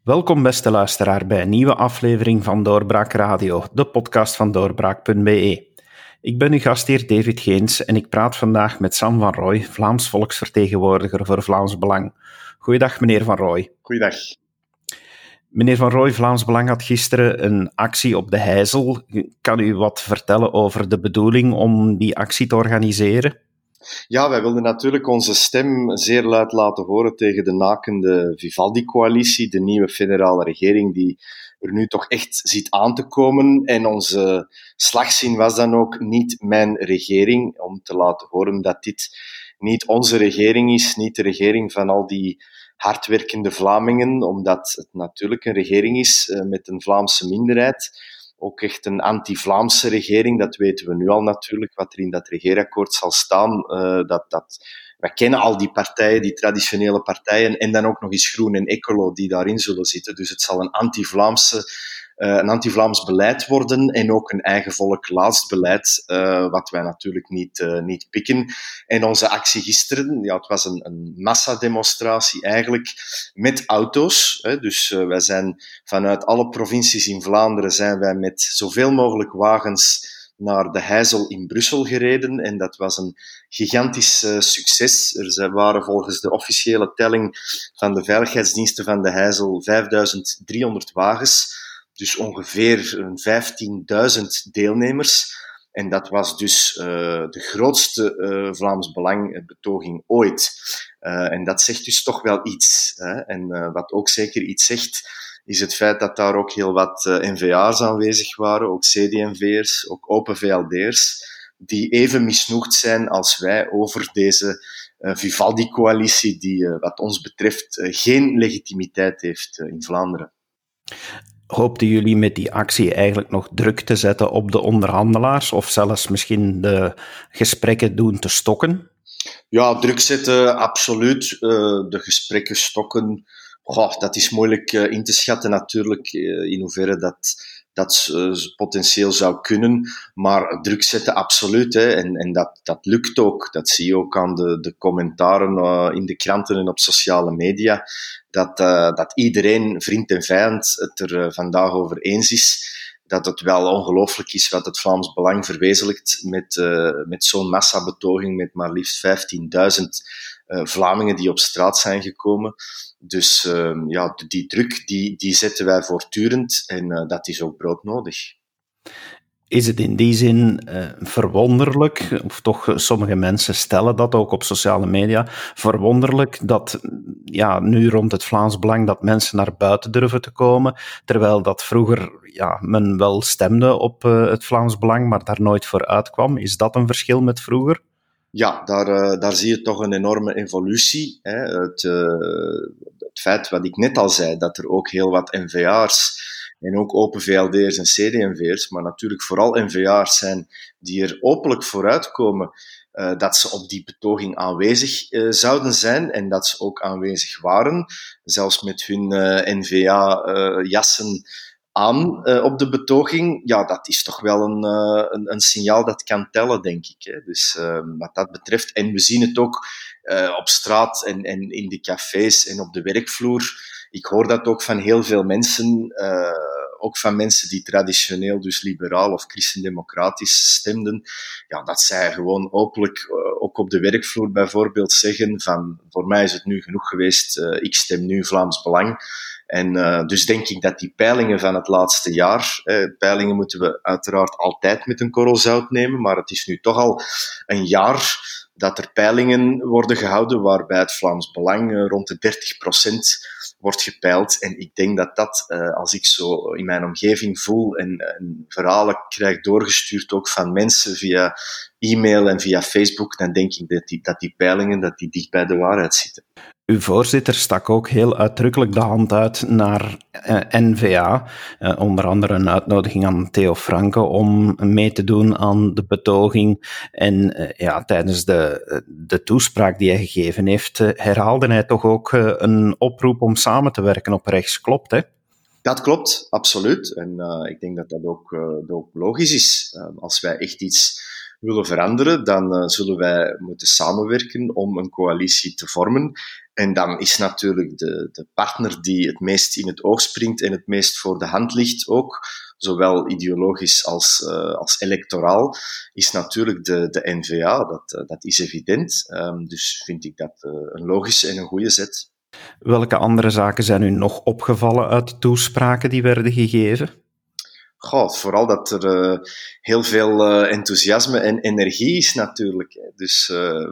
Welkom beste luisteraar bij een nieuwe aflevering van Doorbraak Radio, de podcast van doorbraak.be. Ik ben uw gastheer David Geens en ik praat vandaag met Sam van Rooij, Vlaams volksvertegenwoordiger voor Vlaams Belang. Goeiedag meneer Van Rooij. Goeiedag. Meneer Van Rooij, Vlaams Belang had gisteren een actie op de Heijzel. Kan u wat vertellen over de bedoeling om die actie te organiseren? Ja, wij wilden natuurlijk onze stem zeer luid laten horen tegen de nakende Vivaldi-coalitie, de nieuwe federale regering die er nu toch echt ziet aan te komen. En onze slagzin was dan ook niet mijn regering, om te laten horen dat dit niet onze regering is, niet de regering van al die hardwerkende Vlamingen, omdat het natuurlijk een regering is met een Vlaamse minderheid. Ook echt een anti-Vlaamse regering, dat weten we nu al natuurlijk, wat er in dat regeerakkoord zal staan. Wij kennen al die partijen, die traditionele partijen, en dan ook nog eens Groen en Ecolo die daarin zullen zitten. Dus het zal een anti-Vlaams beleid worden en ook een eigen volk laatst beleid, wat wij natuurlijk niet pikken. En onze actie gisteren, ja, het was een massademonstratie eigenlijk met auto's. Dus wij zijn vanuit alle provincies in Vlaanderen zijn wij met zoveel mogelijk wagens naar de Heijzel in Brussel gereden en dat was een gigantisch succes. Er waren volgens de officiële telling van de veiligheidsdiensten van de Heijzel 5300 wagens, dus ongeveer 15.000 deelnemers. En dat was dus de grootste Vlaams Belang betoging ooit. En dat zegt dus toch wel iets. Hè? En wat ook zeker iets zegt, is het feit dat daar ook heel wat N-VA'ers aanwezig waren, ook CD&V'ers, ook Open VLD'ers, die even misnoegd zijn als wij over deze Vivaldi-coalitie, die wat ons betreft geen legitimiteit heeft in Vlaanderen. Hoopten jullie met die actie eigenlijk nog druk te zetten op de onderhandelaars of zelfs misschien de gesprekken doen te stokken? Ja, druk zetten, absoluut. De gesprekken stokken, dat is moeilijk in te schatten natuurlijk, in hoeverre dat potentieel zou kunnen. Maar druk zetten, absoluut. Hè. En dat lukt ook. Dat zie je ook aan de commentaren in de kranten en op sociale media. Dat iedereen, vriend en vijand, het er vandaag over eens is. Dat het wel ongelooflijk is wat het Vlaams Belang verwezenlijkt met zo'n massabetoging met maar liefst 15.000 Vlamingen die op straat zijn gekomen. Dus die druk die zetten wij voortdurend en dat is ook broodnodig. Is het in die zin verwonderlijk, of toch sommige mensen stellen dat ook op sociale media, verwonderlijk dat nu rond het Vlaams Belang dat mensen naar buiten durven te komen, terwijl dat vroeger men wel stemde op het Vlaams Belang, maar daar nooit voor uitkwam. Is dat een verschil met vroeger? Ja, daar zie je toch een enorme evolutie. Hè. Het feit wat ik net al zei, dat er ook heel wat N-VA'ers en ook Open VLD'ers en CD&V'ers, maar natuurlijk vooral N-VA'ers zijn die er openlijk vooruitkomen dat ze op die betoging aanwezig zouden zijn en dat ze ook aanwezig waren, zelfs met hun N-VA-jassen aan op de betoging. Ja, dat is toch wel een signaal dat kan tellen, denk ik. Hè. Dus wat dat betreft, en we zien het ook op straat en in de cafés en op de werkvloer. Ik hoor dat ook van heel veel mensen, ook van mensen die traditioneel dus liberaal of christendemocratisch stemden, ja, dat zij gewoon openlijk, ook op de werkvloer bijvoorbeeld, zeggen van, voor mij is het nu genoeg geweest, ik stem nu Vlaams Belang. En dus denk ik dat die peilingen van het laatste jaar, peilingen moeten we uiteraard altijd met een korrel zout nemen, maar het is nu toch al een jaar dat er peilingen worden gehouden waarbij het Vlaams Belang rond de 30% wordt gepeild. En ik denk dat als ik zo in mijn omgeving voel en verhalen krijg doorgestuurd ook van mensen via e-mail en via Facebook, dan denk ik dat die peilingen dicht bij de waarheid zitten. Uw voorzitter stak ook heel uitdrukkelijk de hand uit naar N-VA, onder andere een uitnodiging aan Theo Franke om mee te doen aan de betoging. En tijdens de toespraak die hij gegeven heeft, herhaalde hij toch ook een oproep om samen te werken op rechts. Klopt, hè? Dat klopt, absoluut. En ik denk dat ook logisch is. Als wij echt iets willen veranderen, dan zullen wij moeten samenwerken om een coalitie te vormen. En dan is natuurlijk de partner die het meest in het oog springt en het meest voor de hand ligt ook, zowel ideologisch als electoraal, is natuurlijk de N-VA. Dat is evident. Dus vind ik dat een logische en een goede zet. Welke andere zaken zijn u nog opgevallen uit de toespraken die werden gegeven? Vooral dat er heel veel enthousiasme en energie is natuurlijk. Hè. Dus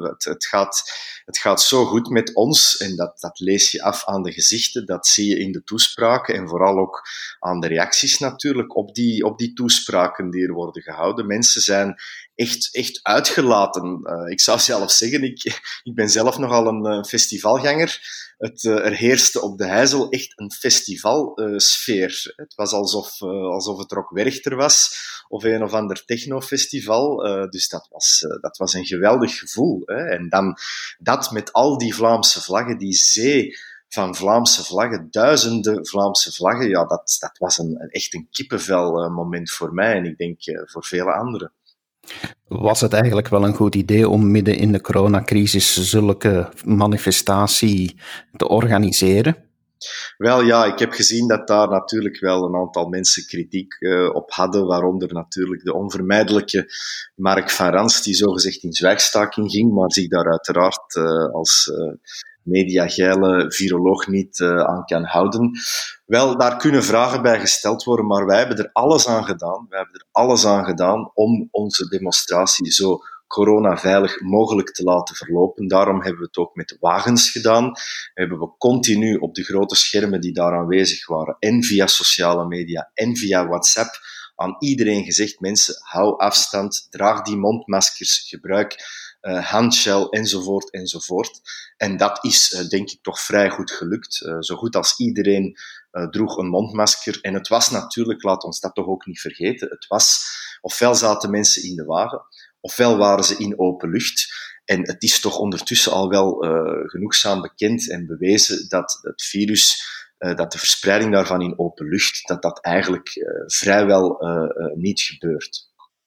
het gaat zo goed met ons en dat lees je af aan de gezichten, dat zie je in de toespraken en vooral ook aan de reacties natuurlijk op die toespraken die er worden gehouden. Mensen zijn echt uitgelaten. Ik zou zelf zeggen, ik ben zelf nogal een festivalganger. Er heerste op de Heijzel echt een festivalsfeer. Het was alsof het Rock Werchter was, of een of ander technofestival. Dus dat was een geweldig gevoel. Hè. En dan dat met al die Vlaamse vlaggen, die zee van Vlaamse vlaggen, duizenden Vlaamse vlaggen, ja, dat was echt een kippenvel moment voor mij en ik denk voor vele anderen. Was het eigenlijk wel een goed idee om midden in de coronacrisis zulke manifestatie te organiseren? Wel ja, ik heb gezien dat daar natuurlijk wel een aantal mensen kritiek op hadden, waaronder natuurlijk de onvermijdelijke Mark van Rans, die zogezegd in zwijgstaking ging, maar zich daar uiteraard als mediageile viroloog niet aan kan houden. Wel, daar kunnen vragen bij gesteld worden, maar wij hebben er alles aan gedaan. Wij hebben er alles aan gedaan om onze demonstratie zo coronaveilig mogelijk te laten verlopen. Daarom hebben we het ook met wagens gedaan. Hebben we continu op de grote schermen die daar aanwezig waren, en via sociale media, en via WhatsApp, aan iedereen gezegd, mensen, hou afstand, draag die mondmaskers, gebruik handgel, enzovoort, enzovoort. En dat is, denk ik, toch vrij goed gelukt. Zo goed als iedereen droeg een mondmasker. En het was natuurlijk, laat ons dat toch ook niet vergeten, het was, ofwel zaten mensen in de wagen, ofwel waren ze in open lucht. En het is toch ondertussen al wel genoegzaam bekend en bewezen dat het virus, dat de verspreiding daarvan in open lucht, dat eigenlijk vrijwel niet gebeurt.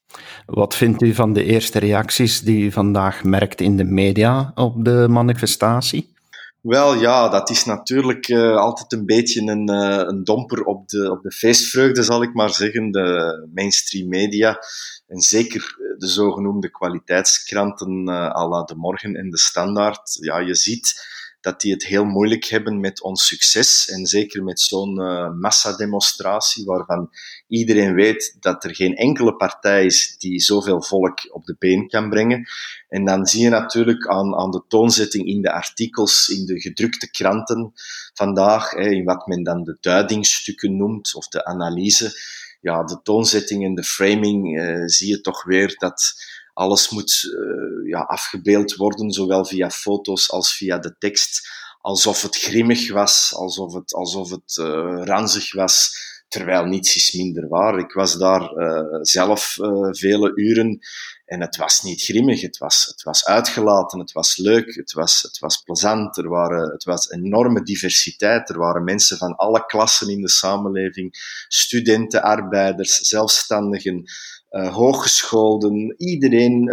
Wat vindt u van de eerste reacties die u vandaag merkt in de media op de manifestatie? Wel ja, dat is natuurlijk altijd een beetje een domper op de feestvreugde, zal ik maar zeggen. De mainstream media en zeker de zogenoemde kwaliteitskranten à la De Morgen en De Standaard. Ja, je ziet dat die het heel moeilijk hebben met ons succes en zeker met zo'n massademonstratie waarvan iedereen weet dat er geen enkele partij is die zoveel volk op de been kan brengen. En dan zie je natuurlijk aan de toonzetting in de artikels, in de gedrukte kranten vandaag, in wat men dan de duidingsstukken noemt, of de analyse, ja, de toonzetting en de framing, zie je toch weer dat alles moet afgebeeld worden, zowel via foto's als via de tekst, alsof het grimmig was, alsof het ranzig was, terwijl niets is minder waar. Ik was daar zelf vele uren en het was niet grimmig, het was uitgelaten, het was leuk, het was plezant, het was enorme diversiteit, er waren mensen van alle klassen in de samenleving, studenten, arbeiders, zelfstandigen, hooggescholden, iedereen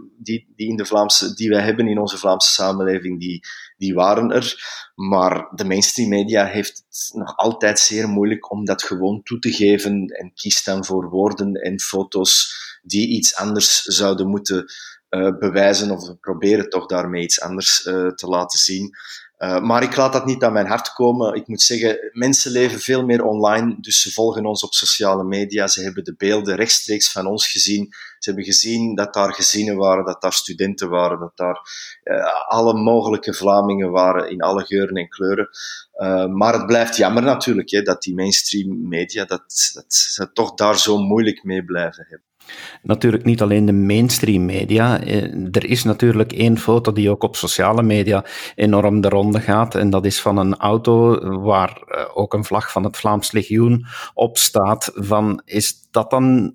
die wij hebben in onze Vlaamse samenleving, die waren er. Maar de mainstream media heeft het nog altijd zeer moeilijk om dat gewoon toe te geven en kiest dan voor woorden en foto's die iets anders zouden moeten bewijzen of proberen toch daarmee iets anders te laten zien. Maar ik laat dat niet aan mijn hart komen. Ik moet zeggen, mensen leven veel meer online, dus ze volgen ons op sociale media. Ze hebben de beelden rechtstreeks van ons gezien. Ze hebben gezien dat daar gezinnen waren, dat daar studenten waren, dat daar alle mogelijke Vlamingen waren in alle geuren en kleuren. Maar het blijft jammer natuurlijk dat die mainstream media dat ze toch daar zo moeilijk mee blijven hebben. Natuurlijk niet alleen de mainstream media. Er is natuurlijk één foto die ook op sociale media enorm de ronde gaat. En dat is van een auto waar ook een vlag van het Vlaams Legioen op staat. Is dat dan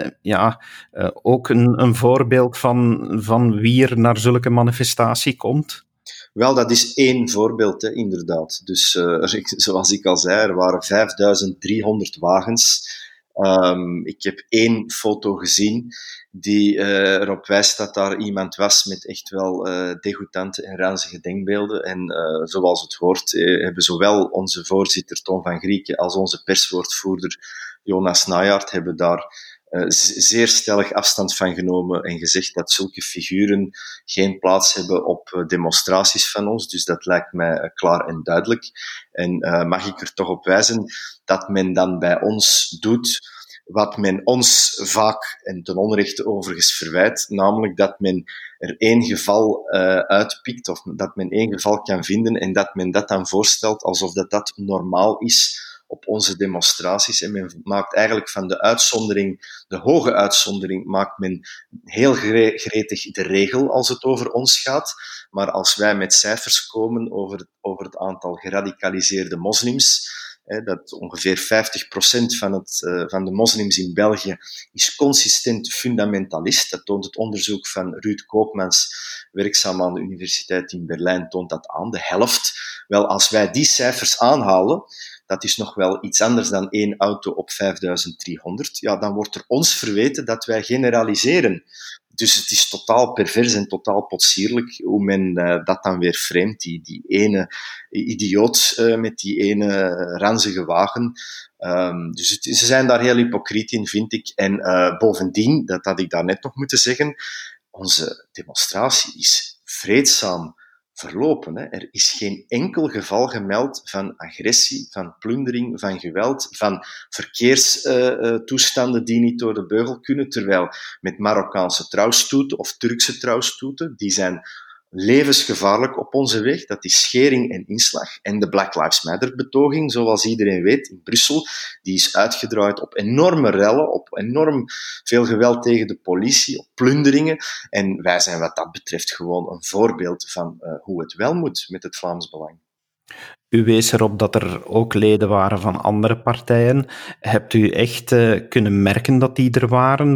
ook een voorbeeld van wie er naar zulke manifestatie komt? Wel, dat is één voorbeeld, inderdaad. Dus zoals ik al zei, er waren 5300 wagens. Ik heb 1 foto gezien die erop wijst dat daar iemand was met echt wel degoutante en ranzige denkbeelden. En zoals het hoort, hebben zowel onze voorzitter Ton van Grieken als onze perswoordvoerder Jonas Najaard hebben daar zeer stellig afstand van genomen en gezegd dat zulke figuren geen plaats hebben op demonstraties van ons. Dus dat lijkt mij klaar en duidelijk. En mag ik er toch op wijzen dat men dan bij ons doet wat men ons vaak en ten onrechte overigens verwijt, namelijk dat men er 1 geval uitpikt of dat men 1 geval kan vinden en dat men dat dan voorstelt alsof dat normaal is op onze demonstraties. En men maakt eigenlijk van de uitzondering, de hoge uitzondering, maakt men heel gretig de regel als het over ons gaat. Maar als wij met cijfers komen over het aantal geradicaliseerde moslims, dat ongeveer 50% van de moslims in België is consistent fundamentalist. Dat toont het onderzoek van Ruud Koopmans, werkzaam aan de Universiteit in Berlijn, toont dat aan, de helft. Wel, als wij die cijfers aanhalen, dat is nog wel iets anders dan 1 auto op 5300, ja, dan wordt er ons verweten dat wij generaliseren. Dus het is totaal pervers en totaal potsierlijk hoe men dat dan weer framet, die ene idioot met die ene ranzige wagen. Dus ze zijn daar heel hypocriet in, vind ik. En bovendien, dat had ik daarnet nog moeten zeggen, onze demonstratie is vreedzaam verlopen. Hè. Er is geen enkel geval gemeld van agressie, van plundering, van geweld, van verkeerstoestanden die niet door de beugel kunnen, terwijl met Marokkaanse trouwstoeten of Turkse trouwstoeten, die zijn levensgevaarlijk op onze weg. Dat is schering en inslag. En de Black Lives Matter-betoging, zoals iedereen weet, in Brussel, die is uitgedraaid op enorme rellen, op enorm veel geweld tegen de politie, op plunderingen. En wij zijn wat dat betreft gewoon een voorbeeld van hoe het wel moet met het Vlaams Belang. U wees erop dat er ook leden waren van andere partijen. Hebt u echt kunnen merken dat die er waren?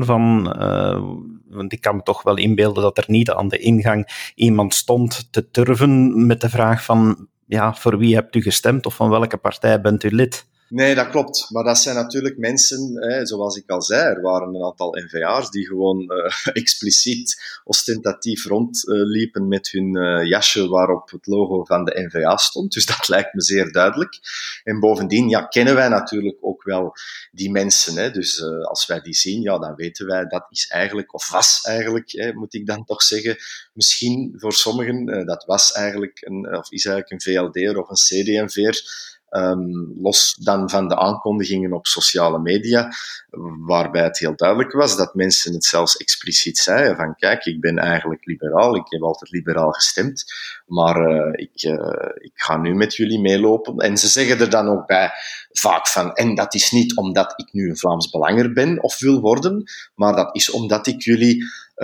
Want ik kan me toch wel inbeelden dat er niet aan de ingang iemand stond te turven met de vraag van, ja, voor wie hebt u gestemd of van welke partij bent u lid? Nee, dat klopt. Maar dat zijn natuurlijk mensen, zoals ik al zei, er waren een aantal N-VA'ers die gewoon expliciet ostentatief rondliepen met hun jasje waarop het logo van de N-VA stond. Dus dat lijkt me zeer duidelijk. En bovendien, ja, kennen wij natuurlijk ook wel die mensen. Hè. Dus als wij die zien, ja, dan weten wij dat is eigenlijk, of was eigenlijk, moet ik dan toch zeggen, misschien voor sommigen, dat was eigenlijk of is eigenlijk een VLD'er of een CD&V'er. Los dan van de aankondigingen op sociale media, waarbij het heel duidelijk was dat mensen het zelfs expliciet zeiden van kijk, ik ben eigenlijk liberaal, ik heb altijd liberaal gestemd, maar ik ga nu met jullie meelopen. En ze zeggen er dan ook bij vaak van, en dat is niet omdat ik nu een Vlaams Belanger ben of wil worden, maar dat is omdat ik jullie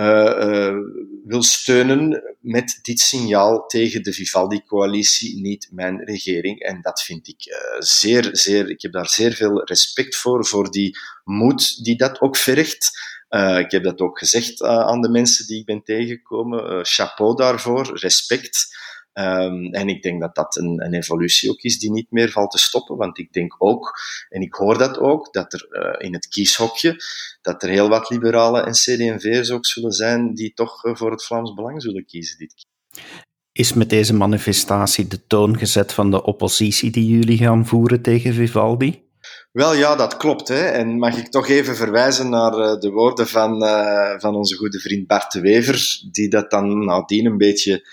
wil steunen met dit signaal tegen de Vivaldi-coalitie, niet mijn regering. En dat vind ik ik heb daar zeer veel respect voor die moed die dat ook vergt. Ik heb dat ook gezegd aan de mensen die ik ben tegengekomen. Chapeau daarvoor, respect. En ik denk dat dat een evolutie ook is die niet meer valt te stoppen, want ik denk ook, en ik hoor dat ook, dat er in het kieshokje, dat er heel wat liberalen en CD&V'ers ook zullen zijn die toch voor het Vlaams Belang zullen kiezen dit keer. Is met deze manifestatie de toon gezet van de oppositie die jullie gaan voeren tegen Vivaldi? Wel ja, dat klopt. Hè. En mag ik toch even verwijzen naar de woorden van onze goede vriend Bart de Wever, die dat dan nadien een beetje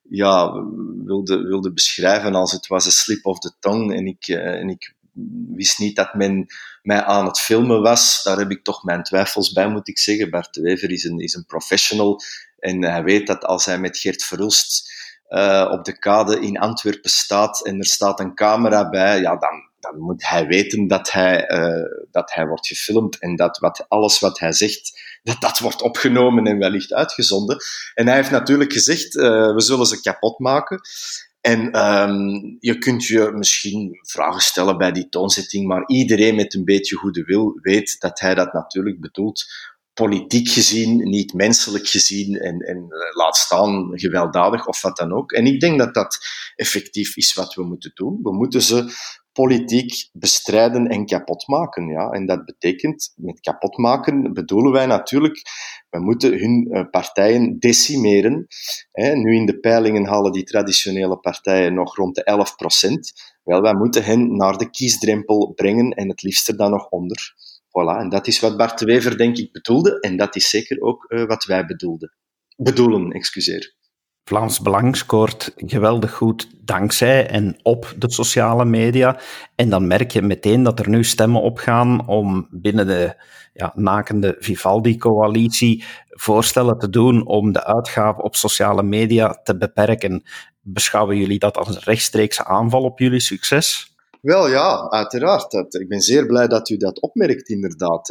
wilde beschrijven als het was een slip of the tongue en ik wist niet dat men mij aan het filmen was. Daar heb ik toch mijn twijfels bij, moet ik zeggen. Bart de Wever is een professional en hij weet dat als hij met Geert Verhulst op de kade in Antwerpen staat en er staat een camera bij, ja, dan moet hij weten dat hij wordt gefilmd en dat alles wat hij zegt, dat wordt opgenomen en wellicht uitgezonden. En hij heeft natuurlijk gezegd, we zullen ze kapot maken. En je kunt je misschien vragen stellen bij die toonzetting, maar iedereen met een beetje goede wil weet dat hij dat natuurlijk bedoelt politiek gezien, niet menselijk gezien en laat staan gewelddadig of wat dan ook. En ik denk dat dat effectief is wat we moeten doen. We moeten ze politiek bestrijden en kapotmaken. Ja. En dat betekent, met kapotmaken bedoelen wij natuurlijk, we moeten hun partijen decimeren. Nu in de peilingen halen die traditionele partijen nog rond de 11%. Wel, wij moeten hen naar de kiesdrempel brengen en het liefst er dan nog onder. Voilà, en dat is wat Bart de Wever, denk ik, bedoelde. En dat is zeker ook wat wij bedoelen. Excuseer. Vlaams Belang scoort geweldig goed dankzij en op de sociale media. En dan merk je meteen dat er nu stemmen opgaan om binnen de nakende Vivaldi-coalitie voorstellen te doen om de uitgaven op sociale media te beperken. Beschouwen jullie dat als een rechtstreekse aanval op jullie succes? Wel ja, uiteraard. Ik ben zeer blij dat u dat opmerkt, inderdaad.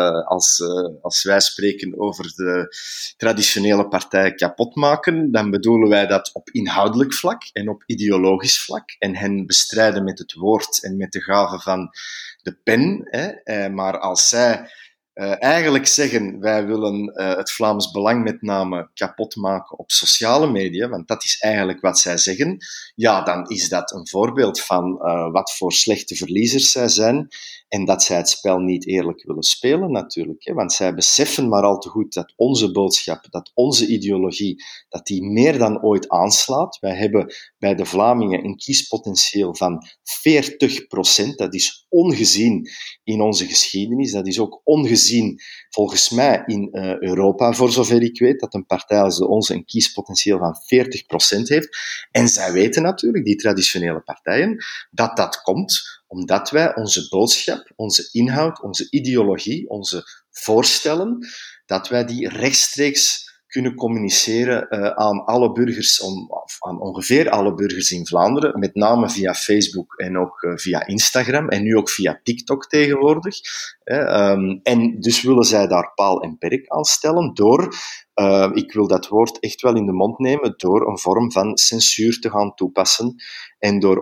Als wij spreken over de traditionele partijen kapotmaken, dan bedoelen wij dat op inhoudelijk vlak en op ideologisch vlak en hen bestrijden met het woord en met de gave van de pen. Maar als zij eigenlijk zeggen, wij willen het Vlaams Belang met name kapot maken op sociale media, want dat is eigenlijk wat zij zeggen, ja, dan is dat een voorbeeld van wat voor slechte verliezers zij zijn en dat zij het spel niet eerlijk willen spelen natuurlijk. Want zij beseffen maar al te goed dat onze boodschap, dat onze ideologie, dat die meer dan ooit aanslaat. Wij hebben bij de Vlamingen een kiespotentieel van 40%. Dat is ongezien in onze geschiedenis. Dat is ook ongezien volgens mij in Europa, voor zover ik weet, dat een partij als de onze een kiespotentieel van 40% heeft. En zij weten natuurlijk, die traditionele partijen, dat dat komt omdat wij onze boodschap, onze inhoud, onze ideologie, onze voorstellen, dat wij die rechtstreeks kunnen communiceren aan alle burgers, aan ongeveer alle burgers in Vlaanderen, met name via Facebook en ook via Instagram en nu ook via TikTok tegenwoordig. En dus willen zij daar paal en perk aan stellen door, ik wil dat woord echt wel in de mond nemen, door een vorm van censuur te gaan toepassen en door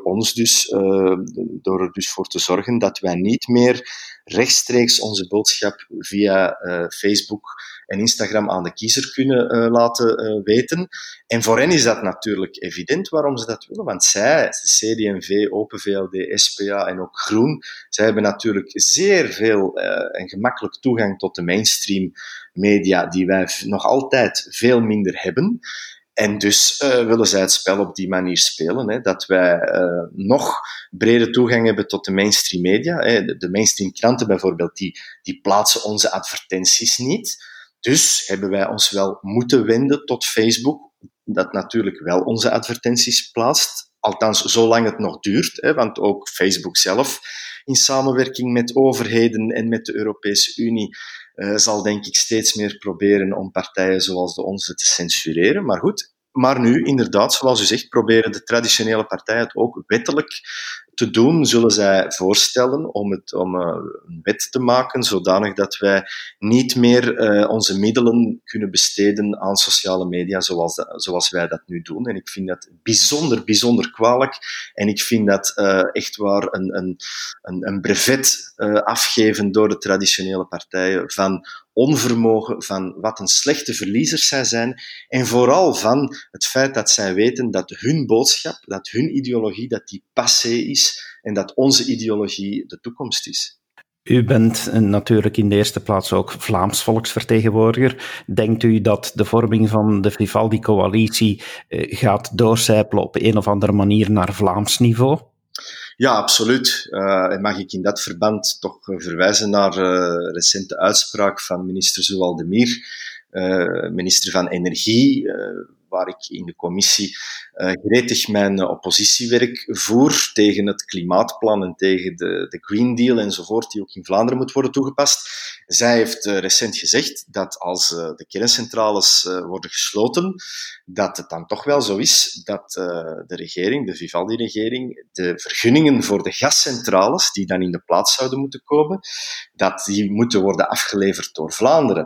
er dus voor te zorgen dat wij niet meer rechtstreeks onze boodschap via Facebook en Instagram aan de kiezer kunnen laten weten. En voor hen is dat natuurlijk evident waarom ze dat willen, want zij, CD&V, Open VLD, SPA en ook Groen, zij hebben natuurlijk zeer veel en gemakkelijk toegang tot de mainstream media die wij nog altijd veel minder hebben. En dus willen zij het spel op die manier spelen, dat wij nog brede toegang hebben tot de mainstream media. De mainstream kranten bijvoorbeeld, die plaatsen onze advertenties niet. Dus hebben wij ons wel moeten wenden tot Facebook, dat natuurlijk wel onze advertenties plaatst. Althans, zolang het nog duurt, want ook Facebook zelf, in samenwerking met overheden en met de Europese Unie, zal denk ik steeds meer proberen om partijen zoals de onze te censureren. Maar goed, maar nu, inderdaad, zoals u zegt, proberen de traditionele partijen het ook wettelijk te doen. Zullen zij voorstellen om een wet te maken, zodanig dat wij niet meer onze middelen kunnen besteden aan sociale media zoals wij dat nu doen. En ik vind dat bijzonder, bijzonder kwalijk. En ik vind dat echt waar een brevet afgeven door de traditionele partijen van onvermogen, van wat een slechte verliezers zij zijn en vooral van het feit dat zij weten dat hun boodschap, dat hun ideologie, dat die passé is en dat onze ideologie de toekomst is. U bent natuurlijk in de eerste plaats ook Vlaams volksvertegenwoordiger. Denkt u dat de vorming van de Vivaldi-coalitie gaat doorcijpelen op een of andere manier naar Vlaams niveau? Ja, absoluut. En mag ik in dat verband toch verwijzen naar recente uitspraak van minister Zoaldemir, minister van Energie, waar ik in de commissie gretig mijn oppositiewerk voer tegen het klimaatplan en tegen de Green Deal enzovoort, die ook in Vlaanderen moet worden toegepast. Zij heeft recent gezegd dat als de kerncentrales worden gesloten, dat het dan toch wel zo is dat de regering, de Vivaldi-regering, de vergunningen voor de gascentrales, die dan in de plaats zouden moeten komen, dat die moeten worden afgeleverd door Vlaanderen.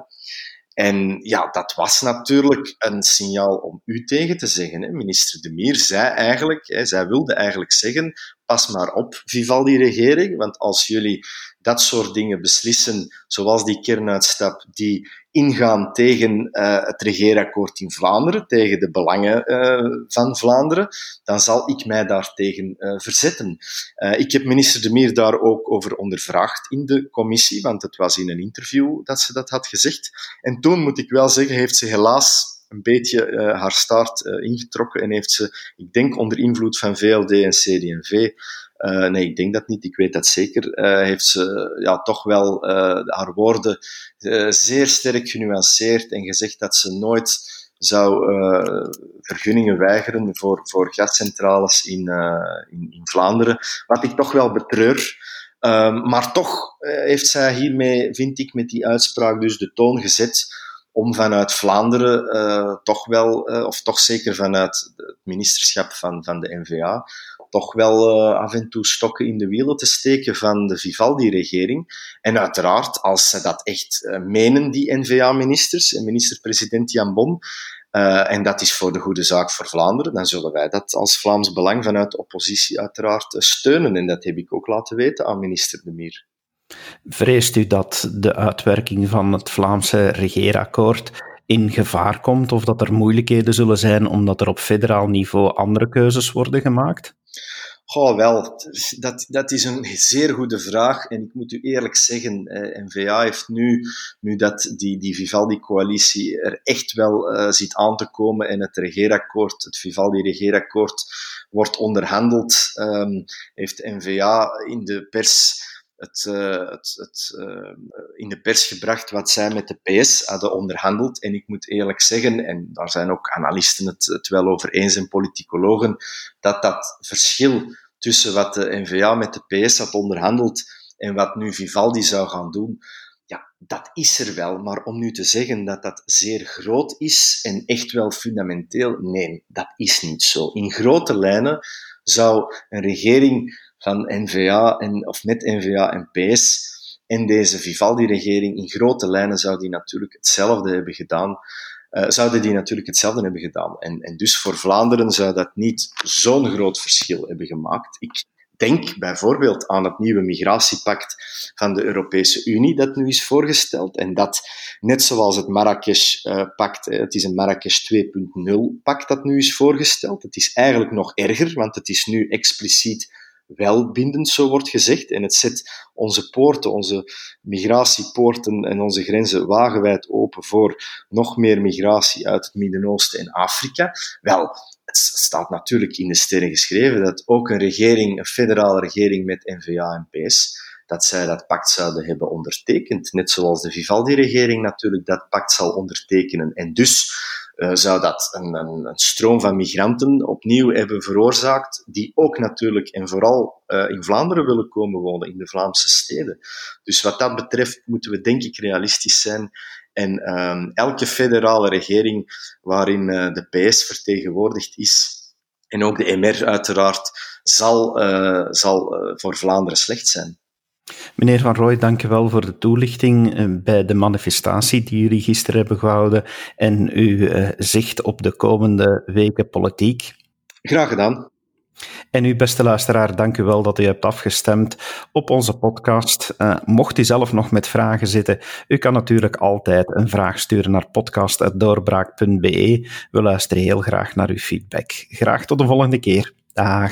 En ja, dat was natuurlijk een signaal om u tegen te zeggen. Minister De Mier zei eigenlijk, zij wilde eigenlijk zeggen, pas maar op, Vivaldi-regering, want als jullie dat soort dingen beslissen, zoals die kernuitstap, die ingaan tegen het regeerakkoord in Vlaanderen, tegen de belangen van Vlaanderen, dan zal ik mij daartegen verzetten. Ik heb minister De Mier daar ook over ondervraagd in de commissie, want het was in een interview dat ze dat had gezegd. En toen, moet ik wel zeggen, heeft ze helaas een beetje haar staart ingetrokken en heeft ze, ik denk onder invloed van VLD en CD&V, nee, ik denk dat niet, ik weet dat zeker, heeft ze toch wel haar woorden zeer sterk genuanceerd en gezegd dat ze nooit zou vergunningen weigeren voor gascentrales in Vlaanderen, wat ik toch wel betreur. Maar toch heeft zij hiermee, vind ik, met die uitspraak dus de toon gezet om vanuit Vlaanderen toch zeker vanuit het ministerschap van de N-VA, toch wel af en toe stokken in de wielen te steken van de Vivaldi-regering. En uiteraard, als ze dat echt menen, die N-VA-ministers en minister-president Jan Bon, en dat is voor de goede zaak voor Vlaanderen, dan zullen wij dat als Vlaams Belang vanuit de oppositie uiteraard steunen. En dat heb ik ook laten weten aan minister De Mier. Vreest u dat de uitwerking van het Vlaamse regeerakkoord in gevaar komt of dat er moeilijkheden zullen zijn omdat er op federaal niveau andere keuzes worden gemaakt? Wel, dat is een zeer goede vraag. En ik moet u eerlijk zeggen, N-VA heeft nu dat die Vivaldi-coalitie er echt wel zit aan te komen en het Vivaldi-regeerakkoord wordt onderhandeld, heeft N-VA in de pers in de pers gebracht wat zij met de PS hadden onderhandeld. En ik moet eerlijk zeggen, en daar zijn ook analisten het wel over eens en politicologen, dat verschil tussen wat de N-VA met de PS had onderhandeld en wat nu Vivaldi zou gaan doen, ja, dat is er wel. Maar om nu te zeggen dat dat zeer groot is en echt wel fundamenteel, nee, dat is niet zo. In grote lijnen zou een regering van N-VA of met N-VA en PS en deze Vivaldi-regering in grote lijnen zouden die natuurlijk hetzelfde hebben gedaan. En dus voor Vlaanderen zou dat niet zo'n groot verschil hebben gemaakt. Ik denk bijvoorbeeld aan het nieuwe migratiepact van de Europese Unie dat nu is voorgesteld en dat, net zoals het Marrakesh-pact, het is een Marrakesh 2.0-pact dat nu is voorgesteld. Het is eigenlijk nog erger, want het is nu expliciet wel bindend, zo wordt gezegd. En het zet onze poorten, onze migratiepoorten en onze grenzen wagenwijd open voor nog meer migratie uit het Midden-Oosten en Afrika. Wel, het staat natuurlijk in de sterren geschreven dat ook een federale regering met N-VA en PS, dat zij dat pact zouden hebben ondertekend. Net zoals de Vivaldi-regering natuurlijk dat pact zal ondertekenen. En dus zou dat een stroom van migranten opnieuw hebben veroorzaakt, die ook natuurlijk en vooral in Vlaanderen willen komen wonen, in de Vlaamse steden. Dus wat dat betreft moeten we denk ik realistisch zijn. En elke federale regering waarin de PS vertegenwoordigd is, en ook de MR uiteraard, zal voor Vlaanderen slecht zijn. Meneer Van Rooij, dank u wel voor de toelichting bij de manifestatie die jullie gisteren hebben gehouden en uw zicht op de komende weken politiek. Graag gedaan. En u, beste luisteraar, dank u wel dat u hebt afgestemd op onze podcast. Mocht u zelf nog met vragen zitten, u kan natuurlijk altijd een vraag sturen naar podcast@doorbraak.be. We luisteren heel graag naar uw feedback. Graag tot de volgende keer. Dag.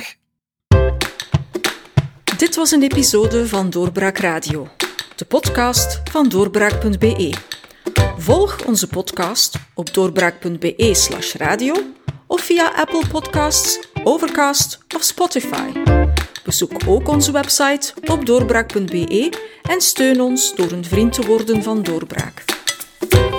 Dit was een episode van Doorbraak Radio, de podcast van doorbraak.be. Volg onze podcast op doorbraak.be/radio of via Apple Podcasts, Overcast of Spotify. Bezoek ook onze website op doorbraak.be en steun ons door een vriend te worden van Doorbraak.